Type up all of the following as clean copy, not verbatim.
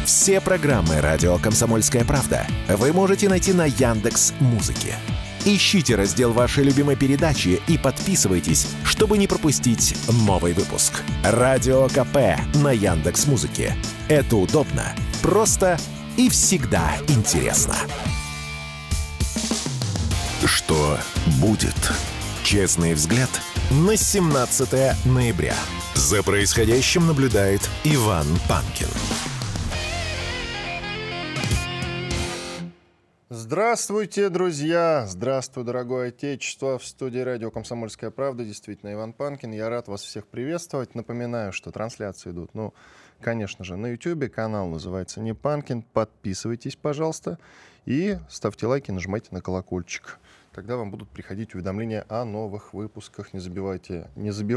Все программы «Радио Комсомольская правда» вы можете найти на Яндекс.Музыке. Ищите раздел вашей любимой передачи и подписывайтесь, чтобы не пропустить новый выпуск. Радио КП на Яндекс.Музыке. Это удобно, просто и всегда интересно. Что будет? Честный взгляд на 17 ноября. За происходящим наблюдает Иван Панкин. Здравствуйте, друзья! Здравствуй, дорогое отечество! В студии радио «Комсомольская правда» действительно Иван Панкин. Я рад вас всех приветствовать. Напоминаю, что трансляции идут, конечно же, на YouTube. Канал называется «Не Панкин». Подписывайтесь, пожалуйста, и ставьте лайки, нажимайте на колокольчик. Тогда вам будут приходить уведомления о новых выпусках. Не забивайте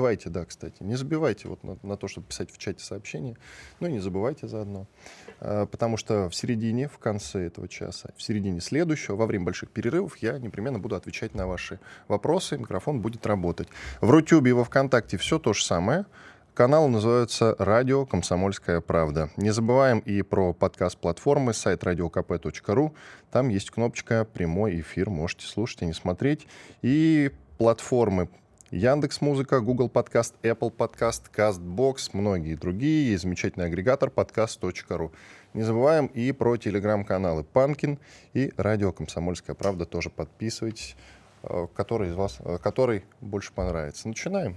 на то, чтобы писать в чате сообщения. И не забывайте заодно. Потому что в конце этого часа, в середине следующего, во время больших перерывов, я непременно буду отвечать на ваши вопросы. Микрофон будет работать. В Рутюбе и во Вконтакте все то же самое. Канал называется «Радио Комсомольская правда». Не забываем и про подкаст-платформы, сайт radiokp.ru. Там есть кнопочка «Прямой эфир». Можете слушать и не смотреть. И платформы Яндекс.Музыка, Google Подкаст, Apple Подкаст, Castbox, многие другие. И замечательный агрегатор подкаст.ру. Не забываем и про телеграм-каналы «Панкин» и «Радио Комсомольская правда». Тоже подписывайтесь, который больше понравится. Начинаем.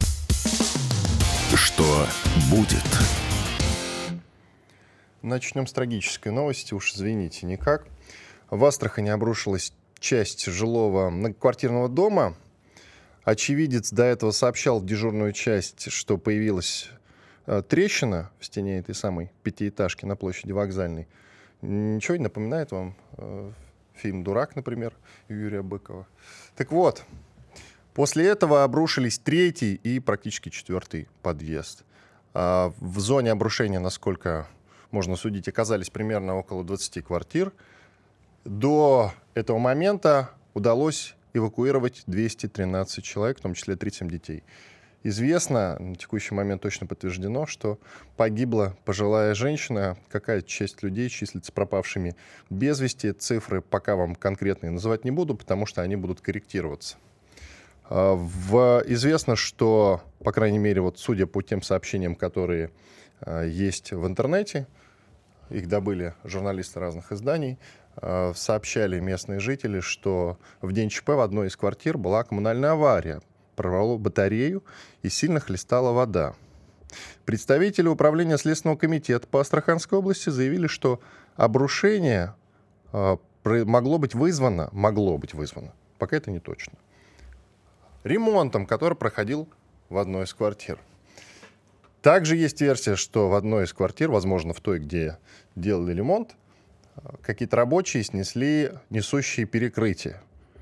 Что будет? Начнем с трагической новости, уж извините, никак. В Астрахани обрушилась часть жилого многоквартирного дома. Очевидец до этого сообщал в дежурную часть, что появилась трещина в стене этой самой пятиэтажки на площади Вокзальной. Ничего не напоминает вам фильм «Дурак», например, Юрия Быкова? Так вот. После этого обрушились третий и практически четвертый подъезд. В зоне обрушения, насколько можно судить, оказались примерно около 20 квартир. До этого момента удалось эвакуировать 213 человек, в том числе 37 детей. Известно, на текущий момент точно подтверждено, что погибла пожилая женщина. Какая-то часть людей числится пропавшими без вести. Цифры пока вам конкретные называть не буду, потому что они будут корректироваться. Известно, что, по крайней мере, судя по тем сообщениям, которые есть в интернете, их добыли журналисты разных изданий, сообщали местные жители, что в день ЧП в одной из квартир была коммунальная авария, прорвало батарею и сильно хлестала вода. Представители управления Следственного комитета по Астраханской области заявили, что обрушение могло быть вызвано, пока это не точно, ремонтом, который проходил в одной из квартир. Также есть версия, что в одной из квартир, возможно, в той, где делали ремонт, какие-то рабочие снесли несущие перекрытия.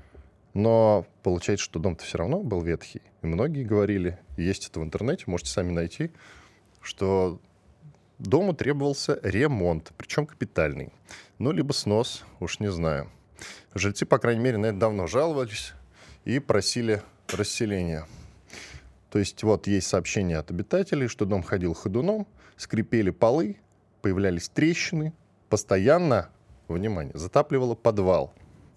Но получается, что дом-то все равно был ветхий. И многие говорили, есть это в интернете, можете сами найти, что дому требовался ремонт, причем капитальный. Либо снос, уж не знаю. Жильцы, по крайней мере, на это давно жаловались и просили расселения. То есть есть сообщение от обитателей, что дом ходил ходуном, скрипели полы, появлялись трещины, постоянно, внимание, затапливало подвал.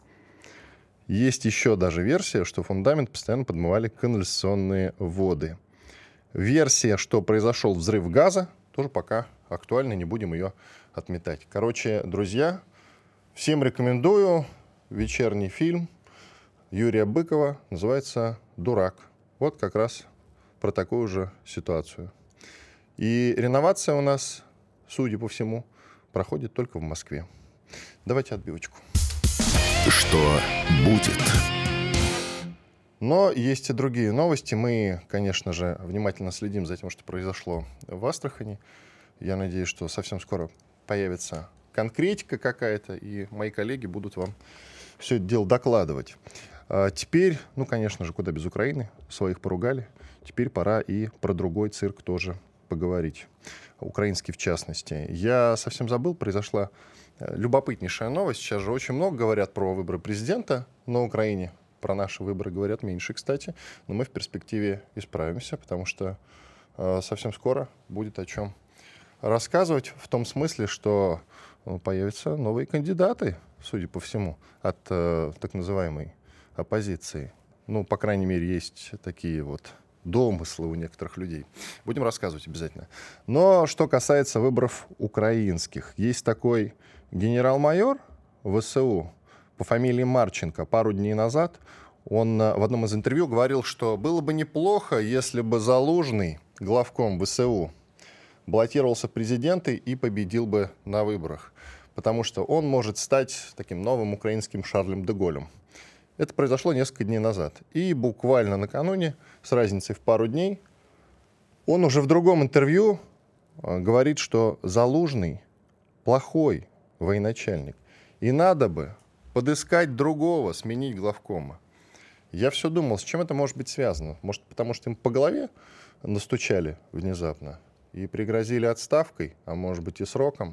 Есть еще даже версия, что фундамент постоянно подмывали канализационные воды. Версия, что произошел взрыв газа, тоже пока актуальна, не будем ее отметать. Короче, друзья, всем рекомендую вечерний фильм Юрия Быкова, называется «Дурак». Вот как раз про такую же ситуацию. И реновация у нас, судя по всему, проходит только в Москве. Давайте отбивочку. Что будет? Но есть и другие новости. Мы, конечно же, внимательно следим за тем, что произошло в Астрахани. Я надеюсь, что совсем скоро появится конкретика какая-то, и мои коллеги будут вам все это дело докладывать. Теперь, конечно же, куда без Украины, своих поругали. Теперь пора и про другой цирк тоже поговорить. Украинский в частности. Я совсем забыл, произошла любопытнейшая новость. Сейчас же очень много говорят про выборы президента на Украине. Про наши выборы говорят меньше, кстати. Но мы в перспективе исправимся, потому что совсем скоро будет о чем рассказывать в том смысле, что появятся новые кандидаты, судя по всему, от так называемой оппозиции. Ну, по крайней мере, есть такие вот домыслы у некоторых людей. Будем рассказывать обязательно. Но что касается выборов украинских, есть такой генерал-майор ВСУ по фамилии Марченко. Пару дней назад он в одном из интервью говорил, что было бы неплохо, если бы Залужный, главком ВСУ, баллотировался в президенты и победил бы на выборах. Потому что он может стать таким новым украинским Шарлем де Голлем. Это произошло несколько дней назад. И буквально накануне, с разницей в пару дней, он уже в другом интервью говорит, что Залужный плохой военачальник. И надо бы подыскать другого, сменить главкома. Я все думал, с чем это может быть связано. Может, потому что им по голове настучали внезапно и пригрозили отставкой, а может быть и сроком.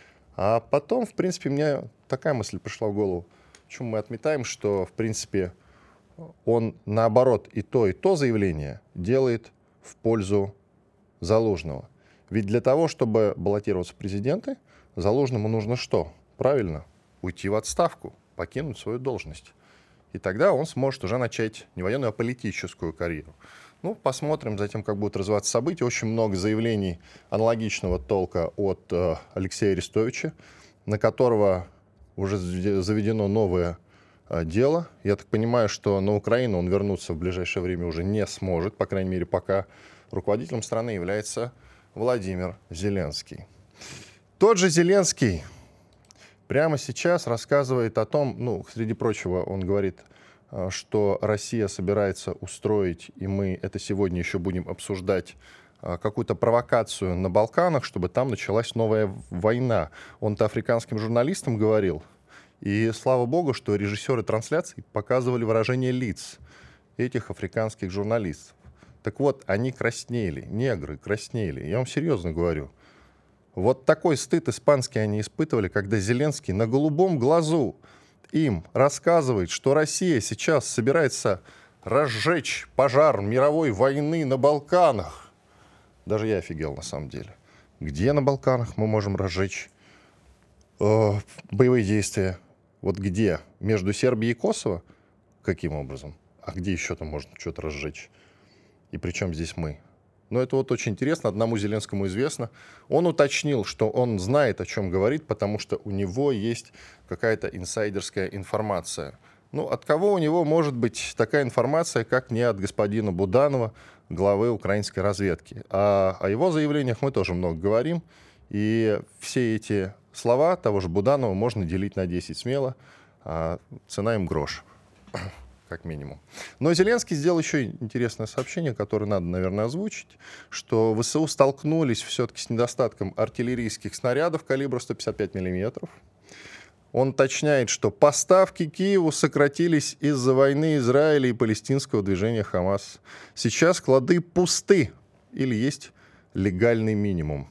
А потом, в принципе, мне такая мысль пришла в голову. Почему мы отметаем, что, в принципе, он, наоборот, и то заявление делает в пользу Залужного. Ведь для того, чтобы баллотироваться в президенты, Залужному нужно что? Правильно, уйти в отставку, покинуть свою должность. И тогда он сможет уже начать не военную, а политическую карьеру. Ну, посмотрим за тем, как будут развиваться события. Очень много заявлений аналогичного толка от Алексея Арестовича, на которого уже заведено новое дело. Я так понимаю, что на Украину он вернуться в ближайшее время уже не сможет, по крайней мере, пока руководителем страны является Владимир Зеленский. Тот же Зеленский прямо сейчас рассказывает о том, ну, среди прочего, он говорит, что Россия собирается устроить, и мы это сегодня еще будем обсуждать, какую-то провокацию на Балканах, чтобы там началась новая война. Он-то африканским журналистам говорил. И слава богу, что режиссеры трансляций показывали выражение лиц этих африканских журналистов. Так вот, они краснели, негры краснели. Я вам серьезно говорю. Вот такой стыд испанский они испытывали, когда Зеленский на голубом глазу им рассказывает, что Россия сейчас собирается разжечь пожар мировой войны на Балканах. Даже я офигел на самом деле. Где на Балканах мы можем разжечь боевые действия? Вот где? Между Сербией и Косово? Каким образом? А где еще там можно что-то разжечь? И при чем здесь мы? Но это вот очень интересно, одному Зеленскому известно. Он уточнил, что он знает, о чем говорит, потому что у него есть какая-то инсайдерская информация. Ну, от кого у него может быть такая информация, как не от господина Буданова, главы украинской разведки? А о его заявлениях мы тоже много говорим. И все эти слова того же Буданова можно делить на 10 смело, а цена им грош, как минимум. Но Зеленский сделал еще интересное сообщение, которое надо, наверное, озвучить, что ВСУ столкнулись все-таки с недостатком артиллерийских снарядов калибра 155 миллиметров. Он уточняет, что поставки Киеву сократились из-за войны Израиля и палестинского движения Хамас. Сейчас склады пусты или есть легальный минимум,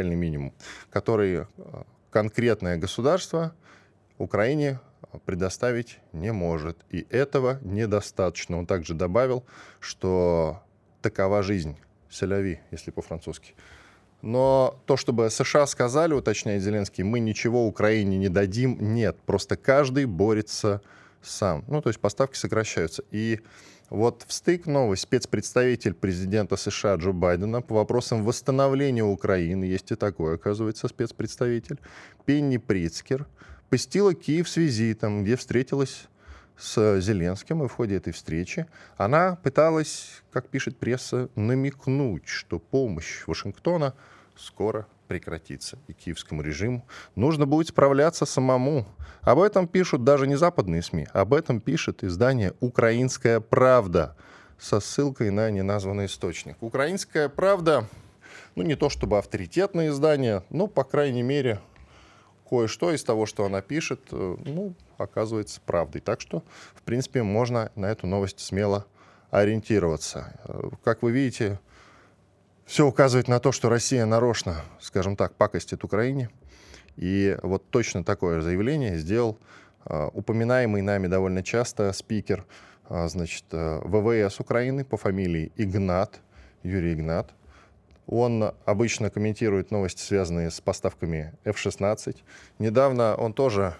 который конкретное государство Украине предоставить не может. И этого недостаточно. Он также добавил, что такова жизнь, селяви, если по-французски. Но то, чтобы США сказали, уточняет Зеленский, мы ничего Украине не дадим, нет. Просто каждый борется сам. Ну, то есть поставки сокращаются. И вот в стык новый спецпредставитель президента США Джо Байдена по вопросам восстановления Украины, есть и такой, оказывается, спецпредставитель, Пенни Прицкер, посетила Киев с визитом, где встретилась с Зеленским, и в ходе этой встречи она пыталась, как пишет пресса, намекнуть, что помощь Вашингтона скоро прекратится, и киевскому режиму нужно будет справляться самому. Об этом пишут даже не западные СМИ, об этом пишет издание «Украинская правда» со ссылкой на неназванный источник. «Украинская правда», ну не то чтобы авторитетное издание, но, по крайней мере, кое-что из того, что она пишет, ну, оказывается правдой. Так что, в принципе, можно на эту новость смело ориентироваться. Как вы видите, все указывает на то, что Россия нарочно, скажем так, пакостит Украине. И вот точно такое заявление сделал упоминаемый нами довольно часто спикер, ВВС Украины по фамилии Игнат, Юрий Игнат. Он обычно комментирует новости, связанные с поставками F-16. Недавно он тоже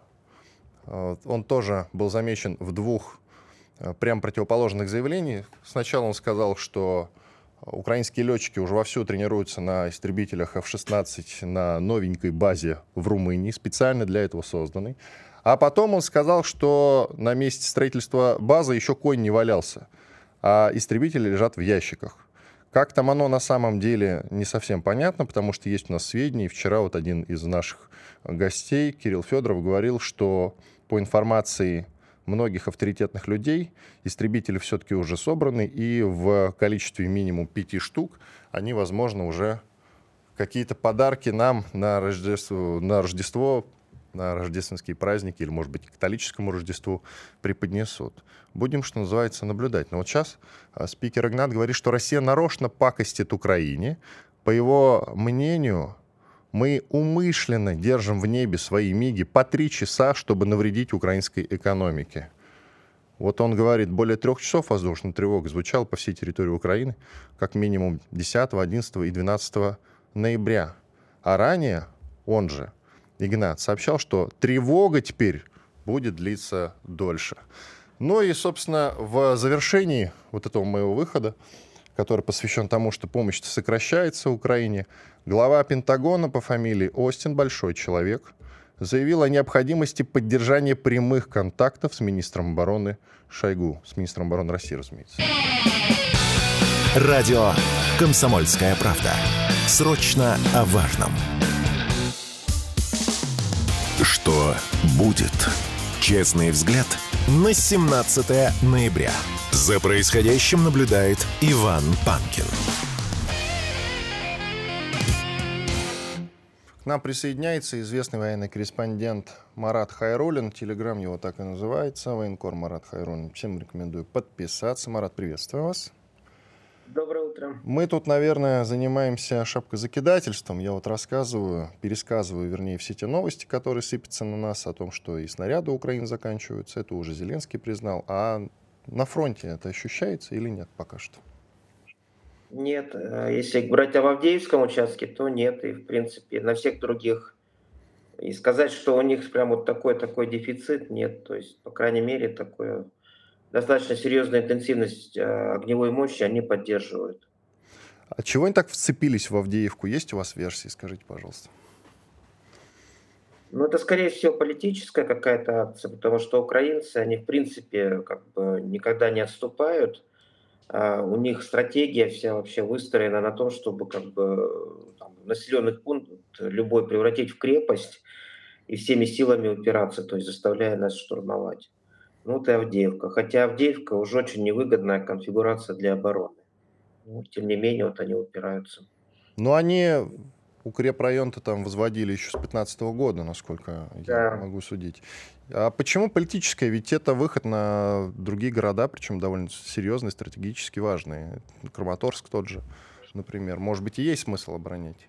был замечен в двух прям противоположных заявлениях. Сначала он сказал, что украинские летчики уже вовсю тренируются на истребителях F-16 на новенькой базе в Румынии, специально для этого созданной. А потом он сказал, что на месте строительства базы еще конь не валялся, а истребители лежат в ящиках. Как там оно на самом деле, не совсем понятно, потому что есть у нас сведения. И вчера вот один из наших гостей, Кирилл Федоров, говорил, что по информации многих авторитетных людей истребители все-таки уже собраны, и в количестве минимум 5 штук они, возможно, уже какие-то подарки нам на Рождество, на рождественские праздники или, может быть, к католическому Рождеству преподнесут. Будем, что называется, наблюдать. Но вот сейчас спикер Игнат говорит, что Россия нарочно пакостит Украине. По его мнению, мы умышленно держим в небе свои МиГи по 3 часа, чтобы навредить украинской экономике. Вот он говорит, более 3 часов воздушная тревога звучала по всей территории Украины, как минимум 10, 11 и 12 ноября. А ранее он же, Игнат, сообщал, что тревога теперь будет длиться дольше. Ну и, собственно, в завершении вот этого моего выхода, который посвящен тому, что помощь сокращается Украине, глава Пентагона по фамилии Остин, большой человек, заявил о необходимости поддержания прямых контактов с министром обороны Шойгу, с министром обороны России, разумеется. Радио «Комсомольская правда». Срочно о важном. Что будет? Честный взгляд на 17 ноября. За происходящим наблюдает Иван Панкин. К нам присоединяется известный военный корреспондент Марат Хайруллин. Телеграм его так и называется. Военкор Марат Хайруллин. Всем рекомендую подписаться. Марат, приветствую вас. Доброе утро. Мы тут, наверное, занимаемся шапкозакидательством. Я вот пересказываю, вернее, все те новости, которые сыпятся на нас, о том, что и снаряды Украины заканчиваются. Это уже Зеленский признал. А на фронте это ощущается или нет пока что? Нет, если брать об Авдеевском участке, то нет. И, в принципе, на всех других. И сказать, что у них прям вот такой дефицит, нет. То есть, по крайней мере, такое достаточно серьезная интенсивность огневой мощи они поддерживают. А чего они так вцепились в Авдеевку? Есть у вас версии? Скажите, пожалуйста. Ну, это, скорее всего, политическая какая-то акция, потому что украинцы, они, в принципе, как бы никогда не отступают. У них стратегия вся вообще выстроена на том, чтобы как бы там, населенный пункт любой превратить в крепость и всеми силами упираться, то есть заставляя нас штурмовать. Ну, вот и Авдеевка. Хотя Авдеевка уже очень невыгодная конфигурация для обороны. Но, тем не менее, вот они упираются. Но они укрепрайон-то там возводили еще с 2015 года, насколько я могу судить. А почему политическое? Ведь это выход на другие города, причем довольно серьезные, стратегически важные. Краматорск тот же, например. Может быть, и есть смысл оборонять?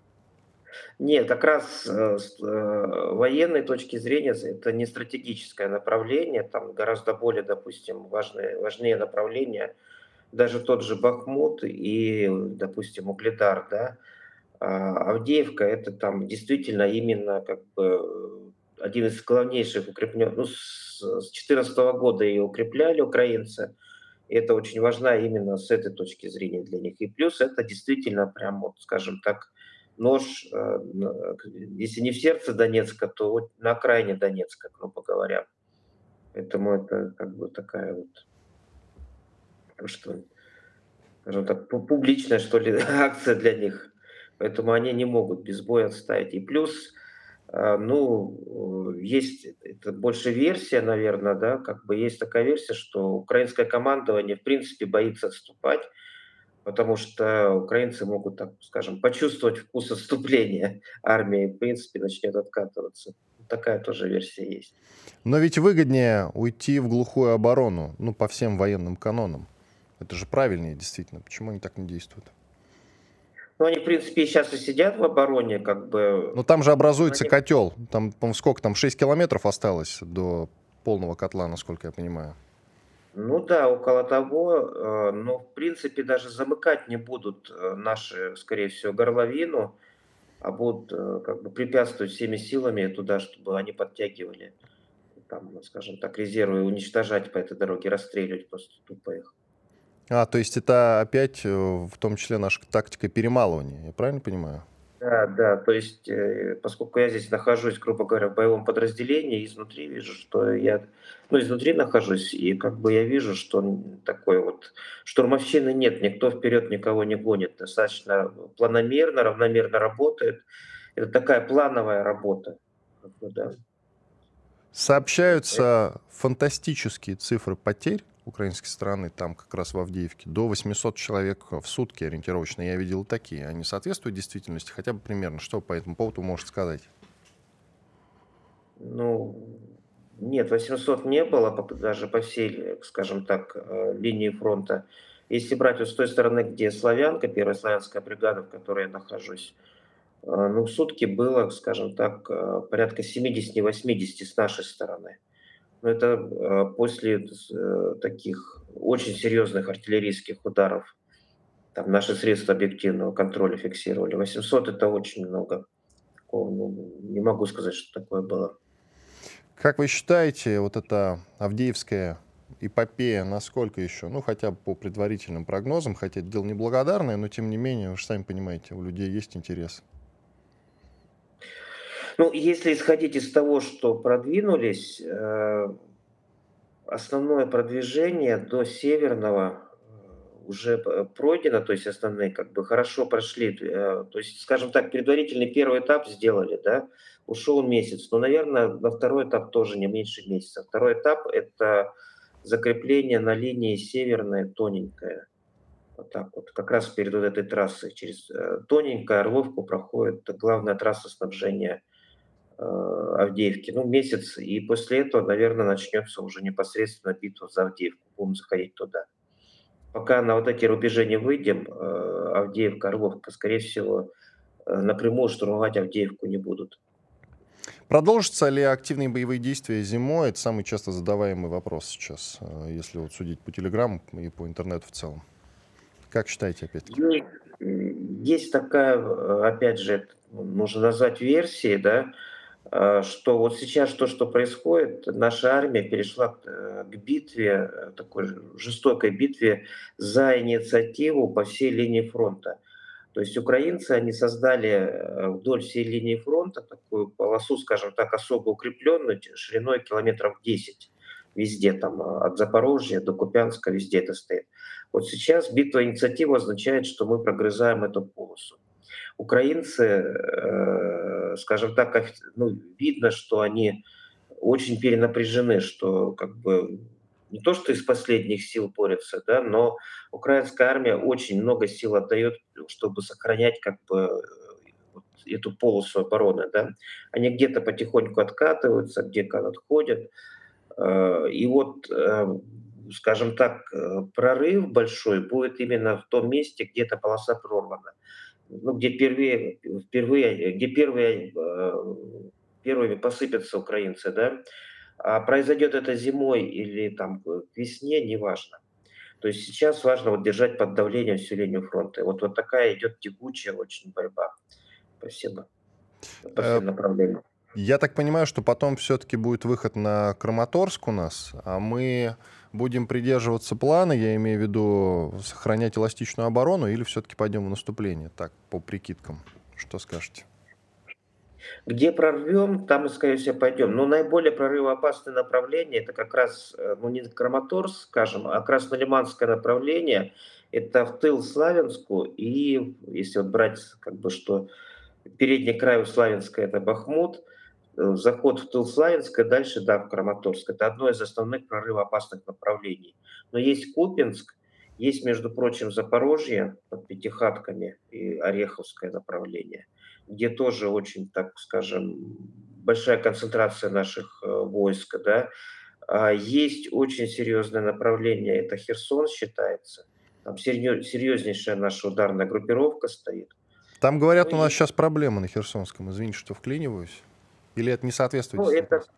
Нет, как раз с военной точки зрения это не стратегическое направление, там гораздо более, допустим, важнее направления, даже тот же Бахмут и, допустим, Угледар, да. Авдеевка это там действительно именно как бы один из главнейших укрепленных, ну, с 2014 года ее укрепляли украинцы, и это очень важно именно с этой точки зрения для них. И плюс это действительно прям, вот, скажем так, нож, если не в сердце Донецка, то вот на окраине Донецка, грубо говоря. Поэтому это как бы такая вот, что, скажем так, публичная, что ли, акция для них. Поэтому они не могут без боя отставить. И плюс, ну, есть это больше версия, наверное, да, как бы есть такая версия, что украинское командование в принципе боится отступать, потому что украинцы могут, так скажем, почувствовать вкус отступления армии, в принципе, начнет откатываться. Такая тоже версия есть. Но ведь выгоднее уйти в глухую оборону, ну, по всем военным канонам. Это же правильнее, действительно. Почему они так не действуют? Ну, они, в принципе, сейчас и сидят в обороне, как бы. Но там же образуется котел. Там, сколько там, 6 километров осталось до полного котла, насколько я понимаю. Ну да, около того, но в принципе даже замыкать не будут наши, скорее всего, горловину, а будут как бы препятствовать всеми силами туда, чтобы они подтягивали там, ну, скажем так, резервы, и уничтожать по этой дороге, расстреливать просто тупо их. То есть это опять, в том числе, наша тактика перемалывания, я правильно понимаю? Да, да, то есть, поскольку я здесь нахожусь, грубо говоря, в боевом подразделении, изнутри вижу, что я, ну, изнутри нахожусь, и как бы я вижу, что такой вот штурмовщины нет, никто вперед никого не гонит, достаточно планомерно, равномерно работает. Это такая плановая работа, как бы, да. Сообщаются фантастические цифры потерь украинской стороны, там как раз в Авдеевке, до 800 человек в сутки ориентировочно. Я видел такие. Они соответствуют действительности? Хотя бы примерно. Что по этому поводу можете сказать? Ну, нет, 800 не было даже по всей, скажем так, линии фронта. Если брать вот с той стороны, где Славянка, первая славянская бригада, в которой я нахожусь, ну, в сутки было, скажем так, порядка 70-80 с нашей стороны. Но это после таких очень серьезных артиллерийских ударов. Там наши средства объективного контроля фиксировали. 800 это очень много. Такого, ну, не могу сказать, что такое было. Как вы считаете, вот эта Авдеевская эпопея, насколько еще, ну, хотя бы по предварительным прогнозам, хотя это дело неблагодарное, но тем не менее, вы же сами понимаете, у людей есть интерес. Ну, если исходить из того, что продвинулись, основное продвижение до Северного уже пройдено, то есть основные как бы хорошо прошли. То есть, скажем так, предварительный первый этап сделали, да, ушел месяц. Но, наверное, на второй этап тоже не меньше месяца. Второй этап– это закрепление на линии северная тоненькая. Вот так вот. Как раз перед вот этой трассой. Через тоненькую Орловку проходит главная трасса снабжения Авдеевки. Ну, месяц, и после этого, наверное, начнется уже непосредственно битва за Авдеевку. Будем заходить туда. Пока на вот эти рубежи не выйдем, Авдеевка, Орловка, скорее всего, напрямую штурмовать Авдеевку не будут. Продолжатся ли активные боевые действия зимой? Это самый часто задаваемый вопрос сейчас, если вот судить по телеграмму и по интернету в целом. Как считаете, опять-таки? Есть такая, опять же, нужно назвать версией, да, что вот сейчас то, что происходит, наша армия перешла к битве, такой жестокой битве за инициативу по всей линии фронта. То есть украинцы, они создали вдоль всей линии фронта такую полосу, скажем так, особо укрепленную, шириной километров 10. Везде там, от Запорожья до Купянска, везде это стоит. Вот сейчас битва инициативы означает, что мы прогрызаем эту полосу. Украинцы, скажем так, ну, видно, что они очень перенапряжены, что как бы не то, что из последних сил борются, да, но украинская армия очень много сил отдает, чтобы сохранять как бы вот эту полосу обороны, да. Они где-то потихоньку откатываются, где-то отходят. И вот, скажем так, прорыв большой будет именно в том месте, где эта полоса прорвана. Ну, где где первыми посыпятся украинцы, да. А произойдет это зимой или там к весне, неважно. То есть сейчас важно вот держать под давлением всю линию фронта. И вот такая идет тягучая очень борьба. Спасибо. По Э, всем направлениям. Я так понимаю, что потом все-таки будет выход на Краматорск у нас, а мы будем придерживаться плана, я имею в виду сохранять эластичную оборону, или все-таки пойдем в наступление, так, по прикидкам. Что скажете? Где прорвем, там и, скорее всего, пойдем. Но наиболее прорывоопасное направление– это как раз, ну, не Краматорск, скажем, а Краснолиманское направление. Это в тыл Славянску. И если вот брать, как бы, что передний край у Славянска– это Бахмут, заход в тыл Славянска, дальше, да, в Краматорск. Это одно из основных прорывоопасных направлений. Но есть Купинск, есть, между прочим, Запорожье под Пятихатками и Ореховское направление, где тоже очень, так скажем, большая концентрация наших войск, да. Есть очень серьезное направление, это Херсон считается. Там серьезнейшая наша ударная группировка стоит. Там, Ну говорят, у нас и сейчас проблемы на Херсонском. Извините, что вклиниваюсь. Или это не соответствует ну, это действительности?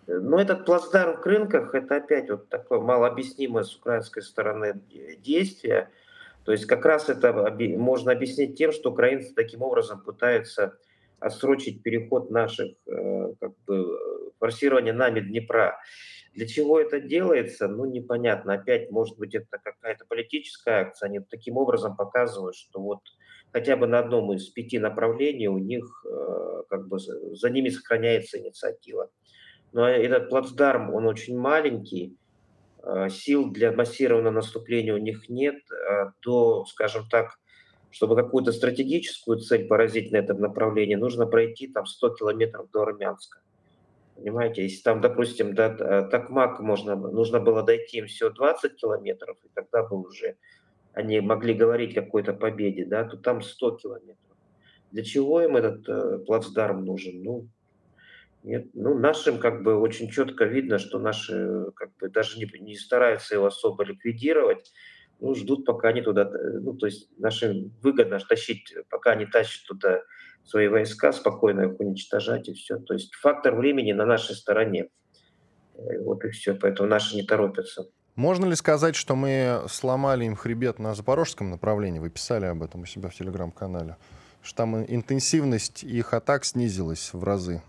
Но этот плацдарм в Крынках — это опять вот такое малообъяснимое с украинской стороны действие. То есть как раз это можно объяснить тем, что украинцы таким образом пытаются отсрочить переход наших, как бы, форсирование нами Днепра. Для чего это делается, ну, непонятно. Опять, может быть, это какая-то политическая акция. Они таким образом показывают, что вот хотя бы на одном из 5 направлений у них, как бы, за ними сохраняется инициатива. Но этот плацдарм, он очень маленький, сил для массированного наступления у них нет. Скажем так, чтобы какую-то стратегическую цель поразить на этом направлении, нужно пройти там 100 километров до Армянска. Понимаете, если там, допустим, до Токмака нужно было дойти им всего 20 километров, и тогда бы уже они могли говорить о какой-то победе, да, то там 100 километров. Для чего им этот плацдарм нужен? Ну, нет, ну, нашим как бы очень четко видно, что наши как бы даже не стараются его особо ликвидировать, ну, ждут, пока они туда, ну, то есть нашим выгодно тащить, пока они тащат туда свои войска, спокойно их уничтожать и все. То есть фактор времени на нашей стороне. Вот и все. Поэтому наши не торопятся. Можно ли сказать, что мы сломали им хребет на запорожском направлении? Вы писали об этом у себя в телеграм-канале. Что там интенсивность их атак снизилась в разы.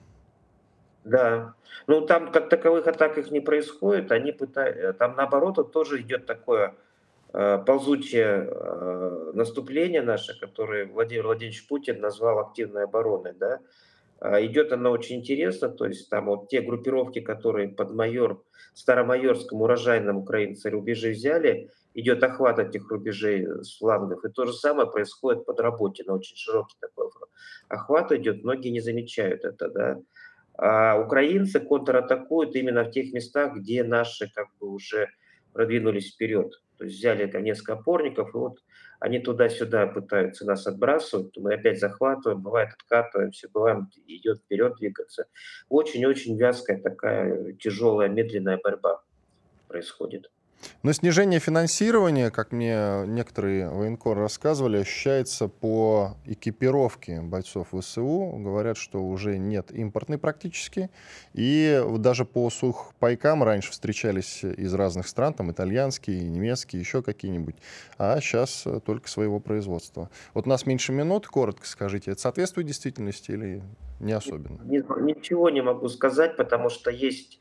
Да. Ну, там как таковых атак их не происходит. Там наоборот вот тоже идет такое ползучее наступление наше, которое Владимир Владимирович Путин назвал активной обороной, да. Идет оно очень интересно, то есть там вот те группировки, которые под Старомайорском, Урожайном украинцы рубежи взяли, идет охват этих рубежей с флангов. И то же самое происходит под Работино, очень широкий такой охват идет, многие не замечают это, да. А украинцы контратакуют именно в тех местах, где наши как бы уже продвинулись вперед. То есть взяли там несколько опорников, и вот они туда-сюда пытаются нас отбрасывать, мы опять захватываем, бывает откатываемся, бывает идет вперед двигаться. Очень-очень вязкая такая тяжелая, медленная борьба происходит. Но снижение финансирования, как мне некоторые военкоры рассказывали, ощущается по экипировке бойцов ВСУ. Говорят, что уже нет импортной практически. И даже по сухпайкам раньше встречались из разных стран, там итальянские, немецкие, еще какие-нибудь. А сейчас только своего производства. Вот у нас меньше минут, коротко скажите, это соответствует действительности или не особенно? Ничего не могу сказать, потому что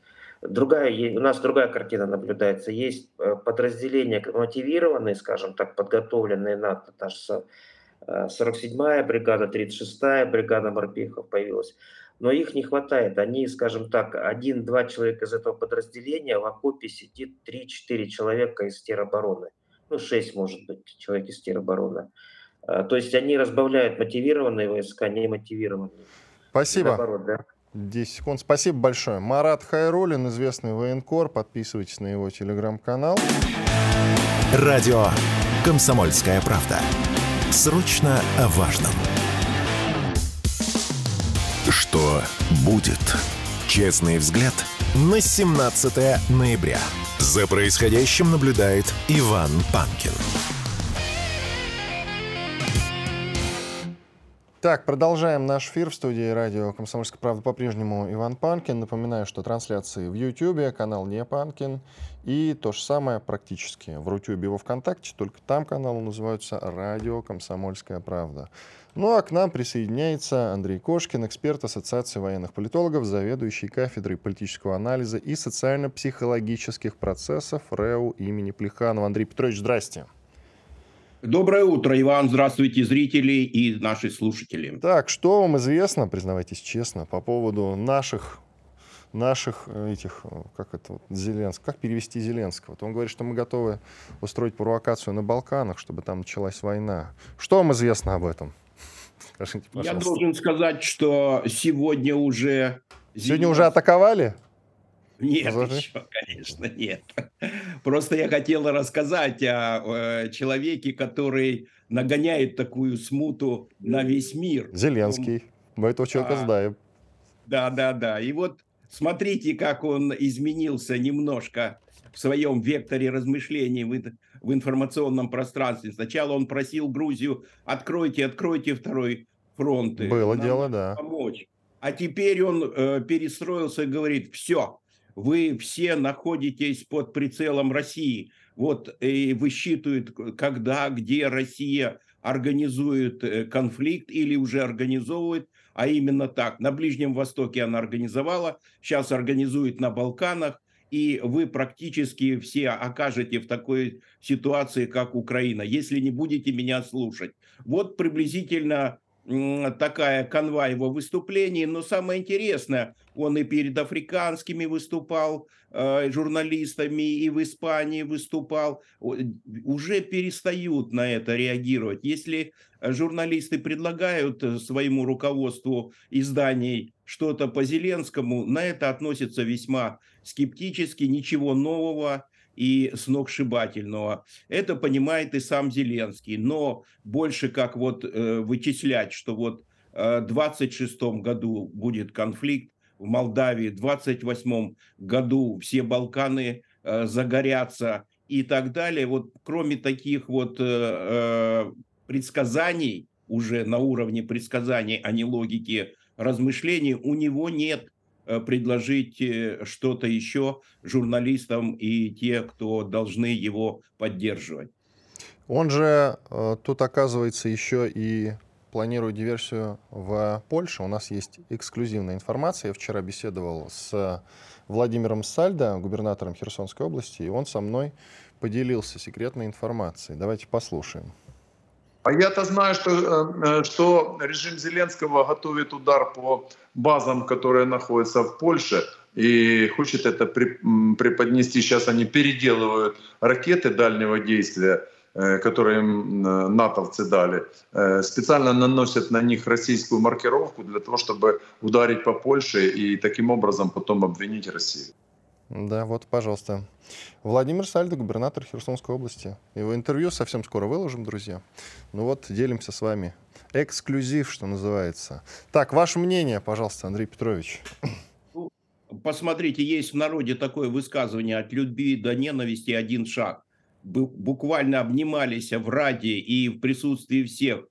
у нас другая картина наблюдается. Есть подразделения мотивированные, скажем так, подготовленные НАТО, та же 47-я бригада, 36-я бригада морпехов появилась. Но их не хватает. Они, скажем так, 1-2 человека из этого подразделения, в окопе сидит 3-4 человека из теробороны. Ну, 6, может быть, человек из теробороны. То есть они разбавляют мотивированные войска, не мотивированные. Спасибо. Наоборот, да. 10 секунд. Спасибо большое. Марат Хайруллин, известный военкор. Подписывайтесь на его телеграм-канал. Радио «Комсомольская правда». Срочно о важном. Что будет? Честный взгляд на 17 ноября. За происходящим наблюдает Иван Панкин. Так, продолжаем наш эфир в студии радио «Комсомольская правда». По-прежнему Иван Панкин. Напоминаю, что трансляции в Ютьюбе, канал «Не Панкин». И то же самое практически в Рутюбе и во Вконтакте, только там каналы называются «Радио Комсомольская правда». Ну а к нам присоединяется Андрей Кошкин, эксперт Ассоциации военных политологов, заведующий кафедрой политического анализа и социально-психологических процессов РЭУ имени Плеханова. Андрей Петрович, здрасте. Доброе утро, Иван. Здравствуйте, зрители и наши слушатели. Так, что вам известно, признавайтесь честно, по поводу наших этих, Зеленского, как перевести Зеленского? Он говорит, что мы готовы устроить провокацию на Балканах, чтобы там началась война. Что вам известно об этом? Скажите, пожалуйста. Я должен сказать, что сегодня уже атаковали? Нет, еще, конечно, нет. Просто я хотел рассказать о человеке, который нагоняет такую смуту на весь мир. Зеленский. Мы этого человека знаем. Да. И вот смотрите, как он изменился немножко в своем векторе размышлений в информационном пространстве. Сначала он просил Грузию: откройте второй фронт. Было дело, да. Помочь. А теперь он перестроился и говорит: все. вы все находитесь под прицелом России. Вот и высчитывают, когда, где Россия организует конфликт или уже организовывает, а именно так. На Ближнем Востоке она организовала, сейчас организует на Балканах, и вы практически все окажете в такой ситуации, как Украина, если не будете меня слушать. Вот приблизительно такая канва его выступлений, но самое интересное, он и перед африканскими выступал журналистами, и в Испании выступал, уже перестают на это реагировать. Если журналисты предлагают своему руководству изданий что-то по Зеленскому, на это относятся весьма скептически, ничего нового и сногсшибательного. Это понимает и сам Зеленский, но больше как вот вычислять, что вот в 26 году будет конфликт в Молдавии, в 28 году все Балканы загорятся и так далее. Вот кроме таких вот предсказаний, уже на уровне предсказаний, а не логики размышлений, у него нет предложить что-то еще журналистам и те, кто должны его поддерживать. Он же тут, оказывается, еще и планирует диверсию в Польше. У нас есть эксклюзивная информация. Я вчера беседовал с Владимиром Сальдо, губернатором Херсонской области, и он со мной поделился секретной информацией. Давайте послушаем. А я-то знаю, что режим Зеленского готовит удар по базам, которые находятся в Польше, и хочет это преподнести. Сейчас они переделывают ракеты дальнего действия, которые им натовцы дали, специально наносят на них российскую маркировку для того, чтобы ударить по Польше и таким образом потом обвинить Россию. Да, вот, пожалуйста. Владимир Сальдо, губернатор Херсонской области. Его интервью совсем скоро выложим, друзья. Ну вот, делимся с вами. Эксклюзив, что называется. Так, ваше мнение, пожалуйста, Андрей Петрович. Посмотрите, есть в народе такое высказывание: от любви до ненависти один шаг. Буквально обнимались в Раде и в присутствии всех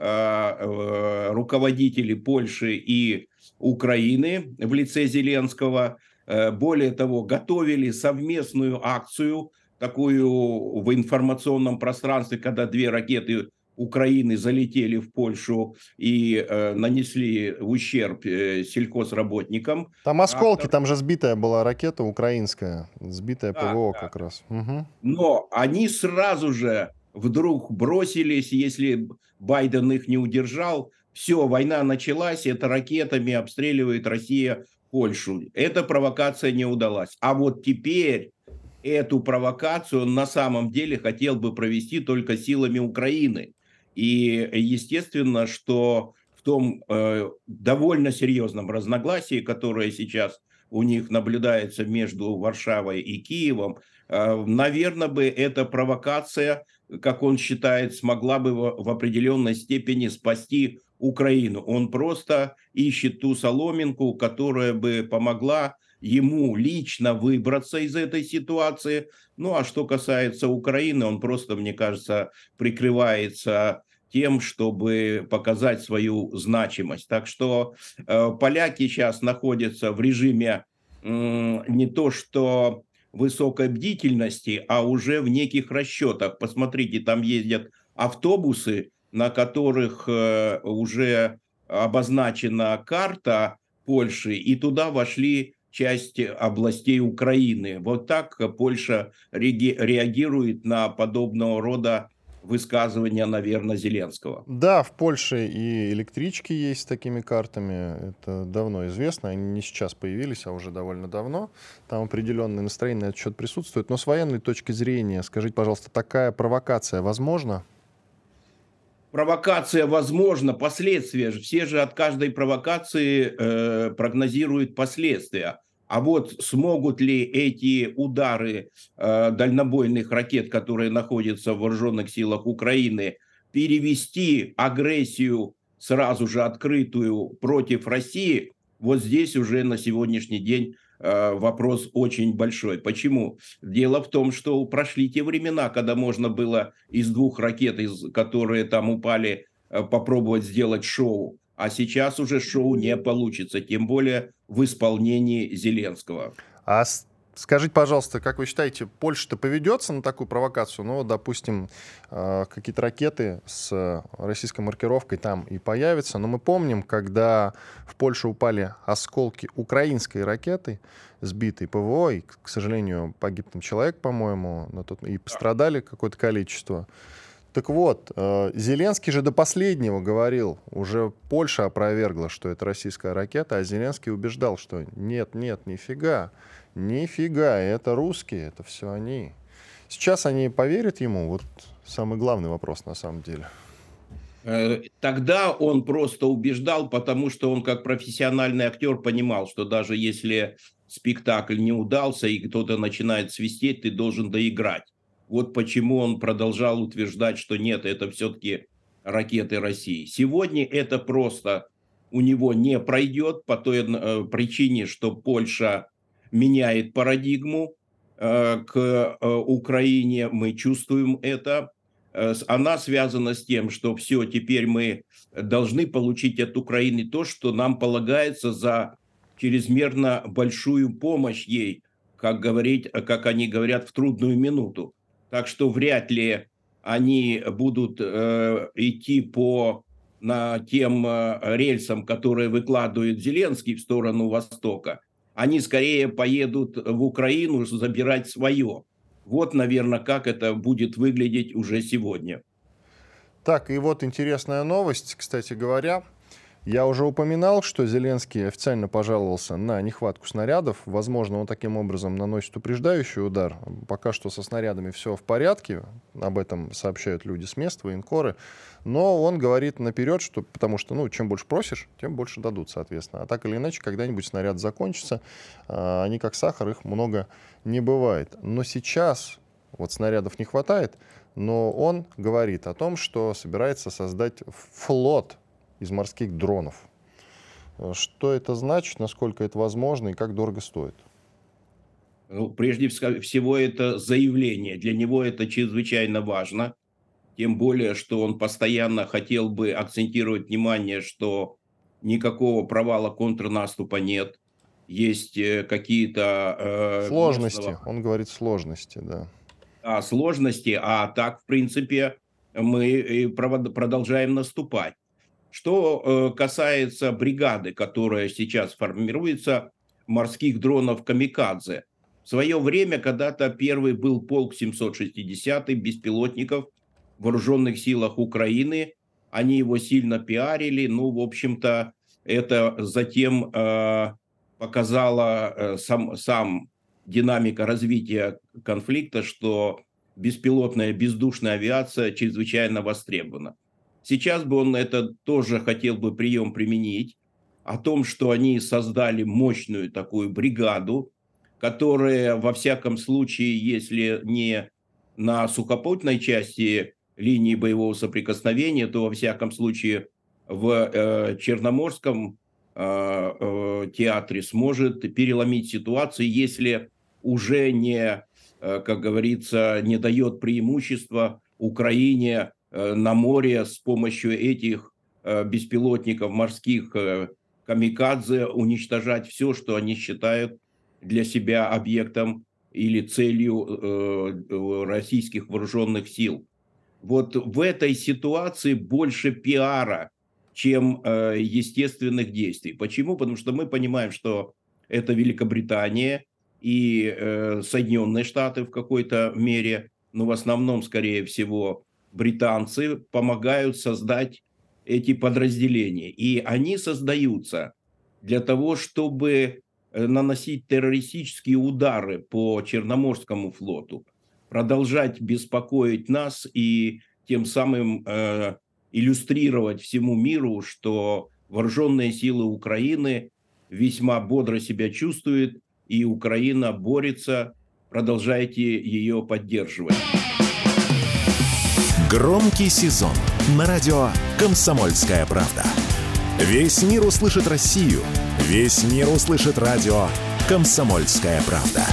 руководителей Польши и Украины в лице Зеленского. Более того, готовили совместную акцию, такую в информационном пространстве, когда 2 ракеты Украины залетели в Польшу и нанесли ущерб сельхозработникам. Там осколки, там же сбитая была ракета украинская, сбитая ПВО как раз. Угу. Но они сразу же вдруг бросились, если Байден их не удержал, все, война началась, это ракетами обстреливает Россия Польшу. Эта провокация не удалась. А вот теперь эту провокацию он на самом деле хотел бы провести только силами Украины. И естественно, что в том довольно серьезном разногласии, которое сейчас у них наблюдается между Варшавой и Киевом, наверное, бы эта провокация, как он считает, смогла бы в определенной степени спасти Украину. Он просто ищет ту соломинку, которая бы помогла ему лично выбраться из этой ситуации. Ну, а что касается Украины, он просто, мне кажется, прикрывается тем, чтобы показать свою значимость. Так что поляки сейчас находятся в режиме не то что высокой бдительности, а уже в неких расчетах. Посмотрите, там ездят автобусы, на которых уже обозначена карта Польши, и туда вошли часть областей Украины. Вот так Польша реагирует на подобного рода высказывания, наверное, Зеленского. Да, в Польше и электрички есть с такими картами. Это давно известно. Они не сейчас появились, а уже довольно давно. Там определенное настроение на этот счет присутствует. Но с военной точки зрения, скажите, пожалуйста, такая провокация возможна? Провокация возможна, последствия. Все же от каждой провокации прогнозируют последствия. А вот смогут ли эти удары дальнобойных ракет, которые находятся в вооруженных силах Украины, перевести агрессию сразу же открытую против России? Вот здесь уже на сегодняшний день вопрос очень большой. Почему? Дело в том, что прошли те времена, когда можно было из 2 ракет, которые там упали, попробовать сделать шоу. А сейчас уже шоу не получится, тем более в исполнении Зеленского. Скажите, пожалуйста, как вы считаете, Польша-то поведется на такую провокацию? Ну, допустим, какие-то ракеты с российской маркировкой там и появятся. Но мы помним, когда в Польшу упали осколки украинской ракеты, сбитой ПВО, и, к сожалению, погиб там человек, по-моему, и пострадали какое-то количество. Так вот, Зеленский же до последнего говорил, уже Польша опровергла, что это российская ракета, а Зеленский убеждал, что нет, нифига, это русские, это все они. Сейчас они поверят ему? Вот самый главный вопрос на самом деле. Тогда он просто убеждал, потому что он как профессиональный актер понимал, что даже если спектакль не удался и кто-то начинает свистеть, ты должен доиграть. Вот почему он продолжал утверждать, что нет, это все-таки ракеты России. Сегодня это просто у него не пройдет по той причине, что Польша меняет парадигму к Украине. Мы чувствуем это. Она связана с тем, что все, теперь мы должны получить от Украины то, что нам полагается за чрезмерно большую помощь ей, как они говорят, в трудную минуту. Так что вряд ли они будут идти по тем рельсам, которые выкладывает Зеленский в сторону Востока. Они скорее поедут в Украину забирать свое. Вот, наверное, как это будет выглядеть уже сегодня. Так, и вот интересная новость, кстати говоря. Я уже упоминал, что Зеленский официально пожаловался на нехватку снарядов. Возможно, он таким образом наносит упреждающий удар. Пока что со снарядами все в порядке. Об этом сообщают люди с мест, военкоры. Но он говорит наперед, что, потому что чем больше просишь, тем больше дадут, соответственно. А так или иначе, когда-нибудь снаряд закончится. Они как сахар, их много не бывает. Но сейчас вот снарядов не хватает. Но он говорит о том, что собирается создать флот из морских дронов. Что это значит, насколько это возможно и как дорого стоит? Прежде всего, это заявление. Для него это чрезвычайно важно. Тем более, что он постоянно хотел бы акцентировать внимание, что никакого провала контрнаступа нет. Есть какие-то... сложности. Он говорит сложности, да. Сложности, а так, в принципе, мы продолжаем наступать. Что касается бригады, которая сейчас формируется, морских дронов «Камикадзе». В свое время когда-то первый был полк 760-й беспилотников в вооруженных силах Украины. Они его сильно пиарили. В общем-то, это затем показала сам динамика развития конфликта, что беспилотная бездушная авиация чрезвычайно востребована. Сейчас бы он это тоже хотел бы прием применить, о том, что они создали мощную такую бригаду, которая, во всяком случае, если не на сухопутной части линии боевого соприкосновения, то, во всяком случае, в Черноморском театре сможет переломить ситуацию, если уже не, как говорится, не дает преимущества Украине на море с помощью этих беспилотников морских «Камикадзе» уничтожать все, что они считают для себя объектом или целью российских вооруженных сил. Вот в этой ситуации больше пиара, чем естественных действий. Почему? Потому что мы понимаем, что это Великобритания и Соединенные Штаты в какой-то мере, но в основном, скорее всего, британцы помогают создать эти подразделения. И они создаются для того, чтобы наносить террористические удары по Черноморскому флоту, продолжать беспокоить нас и тем самым иллюстрировать всему миру, что вооруженные силы Украины весьма бодро себя чувствуют, и Украина борется. Продолжайте ее поддерживать. Громкий сезон на радио «Комсомольская правда». Весь мир услышит Россию. Весь мир услышит радио «Комсомольская правда».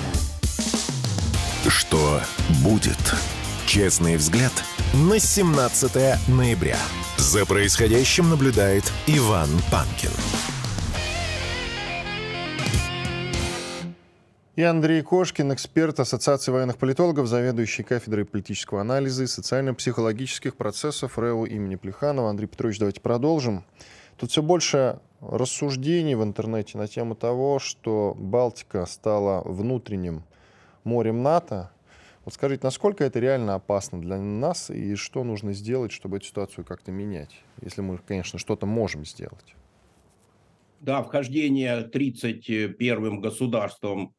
Что будет? Честный взгляд на 17 ноября. За происходящим наблюдает Иван Панкин. И Андрей Кошкин, эксперт Ассоциации военных политологов, заведующий кафедрой политического анализа и социально-психологических процессов РЭУ имени Плеханова. Андрей Петрович, давайте продолжим. Тут все больше рассуждений в интернете на тему того, что Балтика стала внутренним морем НАТО. Вот скажите, насколько это реально опасно для нас и что нужно сделать, чтобы эту ситуацию как-то менять, если мы, конечно, что-то можем сделать? Да, вхождение 31-м государством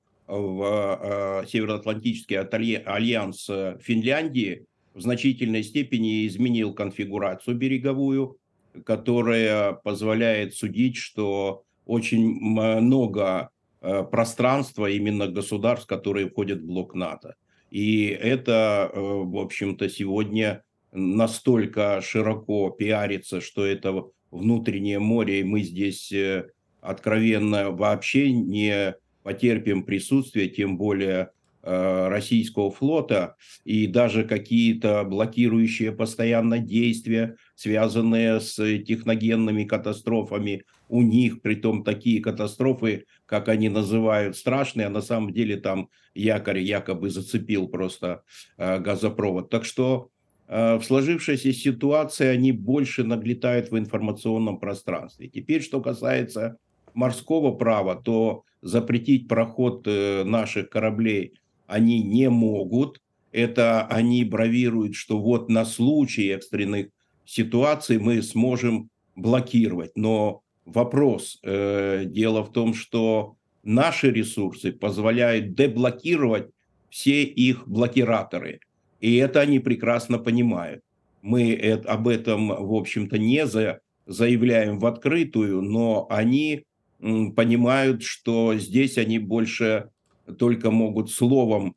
в Североатлантический альянс Финляндии в значительной степени изменил конфигурацию береговую, которая позволяет судить, что очень много пространства именно государств, которые входят в блок НАТО. И это, в общем-то, сегодня настолько широко пиарится, что это внутреннее море, и мы здесь откровенно вообще не потерпим присутствие, тем более российского флота, и даже какие-то блокирующие постоянно действия, связанные с техногенными катастрофами у них, притом такие катастрофы, как они называют, страшные, а на самом деле там якорь якобы зацепил просто газопровод. Так что в сложившейся ситуации они больше наглетают в информационном пространстве. Теперь, что касается морского права, то запретить проход наших кораблей они не могут. Это они бравируют, что вот на случай экстренных ситуаций мы сможем блокировать. Но вопрос, дело в том, что наши ресурсы позволяют деблокировать все их блокираторы. И это они прекрасно понимают. Мы об этом, в общем-то, не заявляем в открытую, но они понимают, что здесь они больше только могут словом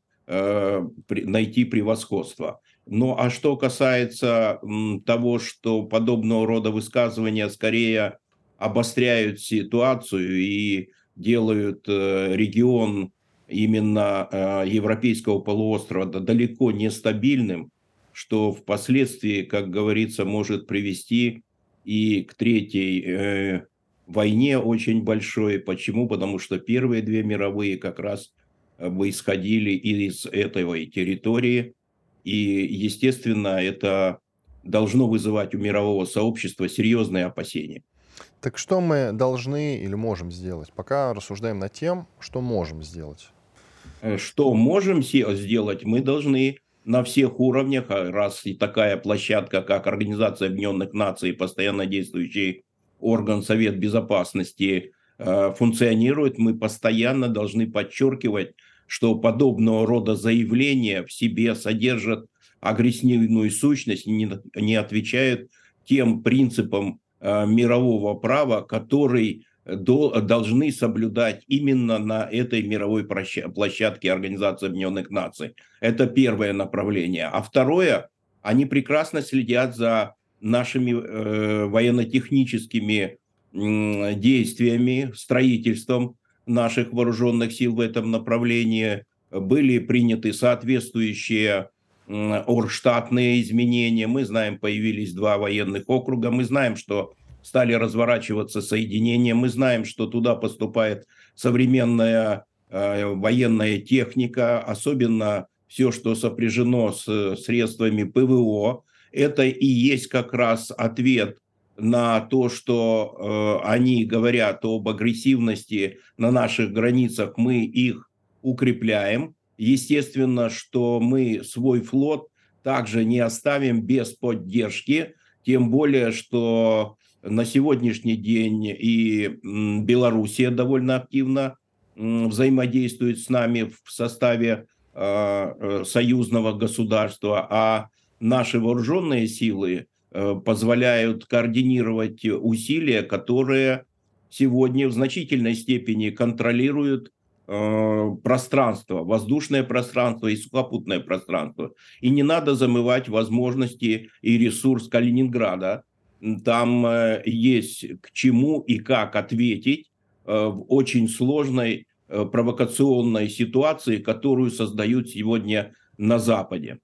найти превосходство. Ну а что касается того, что подобного рода высказывания скорее обостряют ситуацию и делают регион именно европейского полуострова далеко не стабильным, что впоследствии, как говорится, может привести и к третьей войне очень большой. Почему? Потому что первые две мировые как раз бы исходили из этой территории. И, естественно, это должно вызывать у мирового сообщества серьезные опасения. Так что мы должны или можем сделать? Пока рассуждаем над тем, что можем сделать. Что можем сделать, мы должны на всех уровнях, раз и такая площадка, как Организация Объединенных Наций, постоянно действующий орган Совет Безопасности, функционирует, мы постоянно должны подчеркивать, что подобного рода заявления в себе содержат агрессивную сущность, не отвечают тем принципам мирового права, который должны соблюдать именно на этой мировой площадке Организации Объединенных Наций. Это первое направление. А второе, они прекрасно следят за нашими военно-техническими действиями, строительством наших вооруженных сил в этом направлении. Были приняты соответствующие оргштатные изменения. Мы знаем, появились 2 военных округа. Мы знаем, что стали разворачиваться соединения. Мы знаем, что туда поступает современная военная техника, особенно все, что сопряжено с средствами ПВО. Это и есть как раз ответ на то, что они говорят об агрессивности на наших границах, мы их укрепляем. Естественно, что мы свой флот также не оставим без поддержки, тем более, что на сегодняшний день и Белоруссия довольно активно взаимодействует с нами в составе союзного государства, а наши вооруженные силы позволяют координировать усилия, которые сегодня в значительной степени контролируют пространство, воздушное пространство и сухопутное пространство. И не надо замывать возможности и ресурс Калининграда. Там есть к чему и как ответить в очень сложной провокационной ситуации, которую создают сегодня на Западе.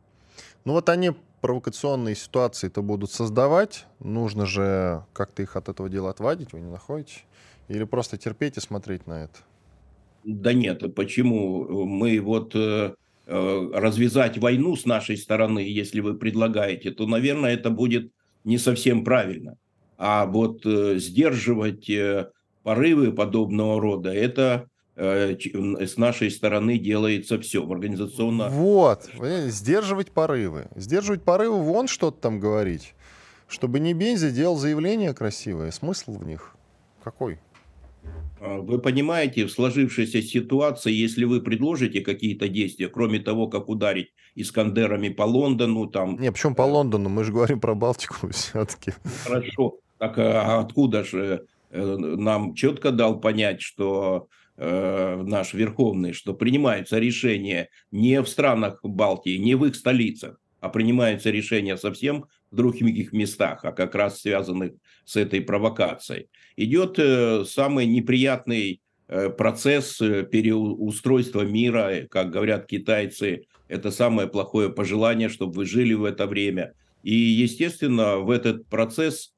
Ну вот они провокационные ситуации-то будут создавать. Нужно же как-то их от этого дела отводить, вы не находите? Или просто терпеть и смотреть на это? Да нет, почему? Мы вот развязать войну с нашей стороны, если вы предлагаете, то, наверное, это будет не совсем правильно. А вот сдерживать порывы подобного рода, это с нашей стороны делается все в организационно. Вот, сдерживать порывы. Сдерживать порывы, вон что-то там говорить. Чтобы не Бензи делал заявления красивые. Смысл в них какой? Вы понимаете, в сложившейся ситуации, если вы предложите какие-то действия, кроме того, как ударить Искандерами по Лондону, там, Не, почему по Лондону? Мы же говорим про Балтику все-таки. хорошо, так а откуда же нам четко дал понять, что наш Верховный, что принимаются решения не в странах Балтии, не в их столицах, а принимаются решения совсем в других местах, а как раз связанных с этой провокацией. Идет самый неприятный процесс переустройства мира, как говорят китайцы, это самое плохое пожелание, чтобы вы жили в это время. И, естественно, в этот процесс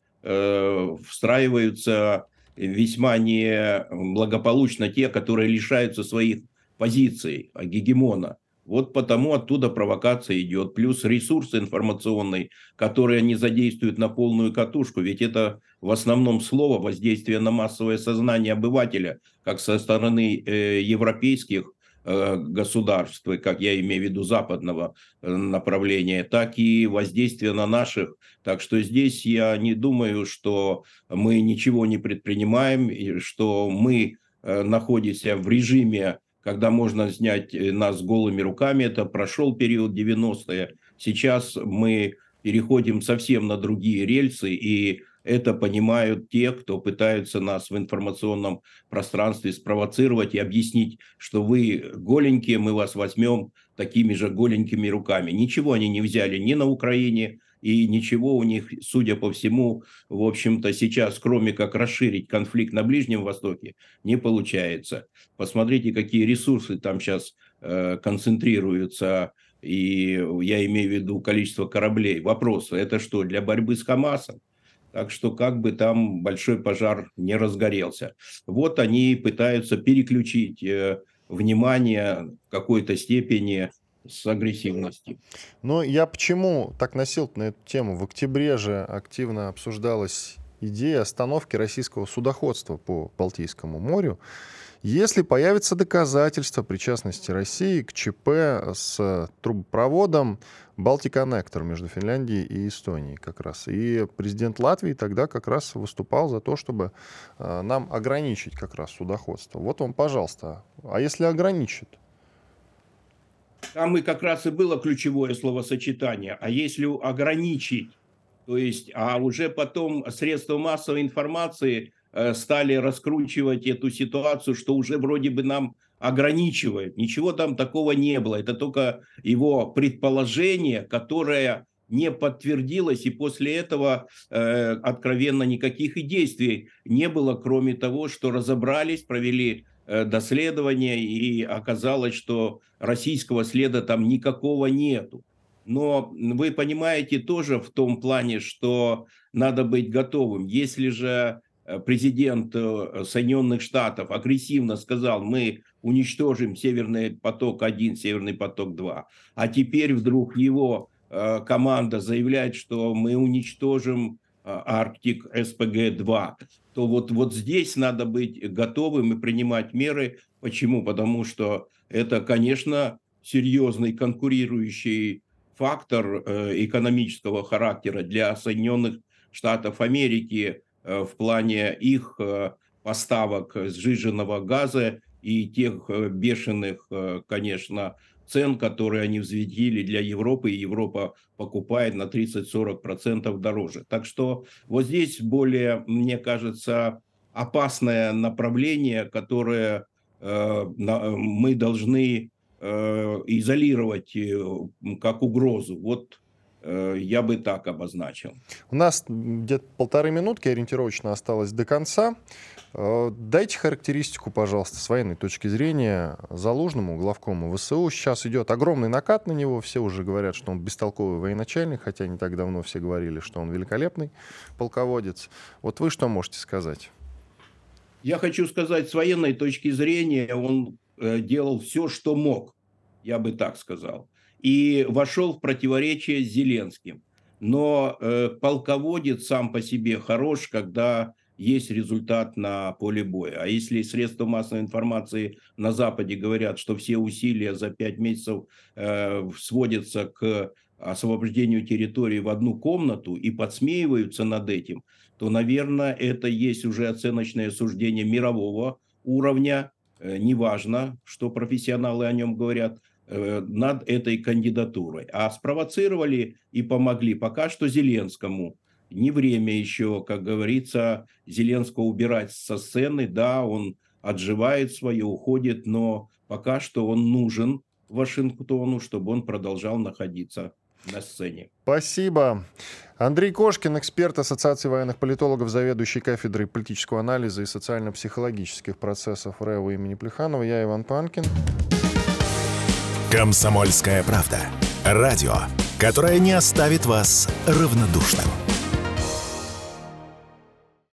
встраиваются весьма неблагополучно те, которые лишаются своих позиций, гегемона. Вот потому оттуда провокация идет. Плюс ресурс информационный, который они задействуют на полную катушку. Ведь это в основном слово воздействие на массовое сознание обывателя, как со стороны европейских государств, как я имею в виду западного направления, так и воздействие на наших. Так что здесь я не думаю, что мы ничего не предпринимаем, и что мы находимся в режиме, когда можно снять нас голыми руками. Это прошел период 90-е. Сейчас мы переходим совсем на другие рельсы, и это понимают те, кто пытаются нас в информационном пространстве спровоцировать и объяснить, что вы голенькие, мы вас возьмем такими же голенькими руками. Ничего они не взяли ни на Украине, и ничего у них, судя по всему, в общем-то, сейчас, кроме как расширить конфликт на Ближнем Востоке, не получается. Посмотрите, какие ресурсы там сейчас концентрируются, и я имею в виду количество кораблей. Вопрос, это что, для борьбы с Хамасом? Так что как бы там большой пожар не разгорелся. Вот они пытаются переключить внимание в какой-то степени с агрессивности. Но я почему так насел на эту тему? В октябре же активно обсуждалась идея остановки российского судоходства по Балтийскому морю. Если появятся доказательства причастности России к ЧП с трубопроводом Балтиконнектор между Финляндией и Эстонией как раз. И президент Латвии тогда как раз выступал за то, чтобы нам ограничить как раз судоходство. Вот вам, пожалуйста. А если ограничат? Там и как раз и было ключевое словосочетание. А если ограничить, то есть, а уже потом средства массовой информации стали раскручивать эту ситуацию, что уже вроде бы нам ограничивают. Ничего там такого не было. Это только его предположение, которое не подтвердилось, и после этого откровенно никаких и действий не было, кроме того, что разобрались, провели доследование, и оказалось, что российского следа там никакого нету. Но вы понимаете тоже в том плане, что надо быть готовым. Если же президент Соединенных Штатов агрессивно сказал, мы уничтожим Северный поток-1, Северный поток-2, а теперь вдруг его команда заявляет, что мы уничтожим Арктик СПГ-2, то вот здесь надо быть готовым и принимать меры. Почему? Потому что это, конечно, серьезный конкурирующий фактор экономического характера для Соединенных Штатов Америки в плане их поставок сжиженного газа и тех бешеных, конечно, цен, которые они взведили для Европы, и Европа покупает на 30-40% дороже. Так что вот здесь более, мне кажется, опасное направление, которое мы должны изолировать как угрозу. Вот я бы так обозначил. У нас где-то 1,5 минутки ориентировочно осталось до конца. Дайте характеристику, пожалуйста, с военной точки зрения Залужному, главкому ВСУ. Сейчас идет огромный накат на него. Все уже говорят, что он бестолковый военачальник, хотя не так давно все говорили, что он великолепный полководец. Вот вы что можете сказать? Я хочу сказать, с военной точки зрения он делал все, что мог, я бы так сказал, и вошел в противоречие с Зеленским. Но полководец сам по себе хорош, когда есть результат на поле боя. А если средства массовой информации на Западе говорят, что все усилия за 5 месяцев сводятся к освобождению территории в одну комнату и подсмеиваются над этим, то, наверное, это есть уже оценочное суждение мирового уровня, неважно, что профессионалы о нем говорят, над этой кандидатурой. А спровоцировали и помогли пока что Зеленскому. Не время еще, как говорится, Зеленского убирать со сцены. Да, он отживает свое, уходит, но пока что он нужен Вашингтону, чтобы он продолжал находиться на сцене. Спасибо. Андрей Кошкин, эксперт Ассоциации военных политологов, заведующий кафедрой политического анализа и социально-психологических процессов РЭУ имени Плеханова. Я Иван Панкин. «Комсомольская правда». Радио, которое не оставит вас равнодушным.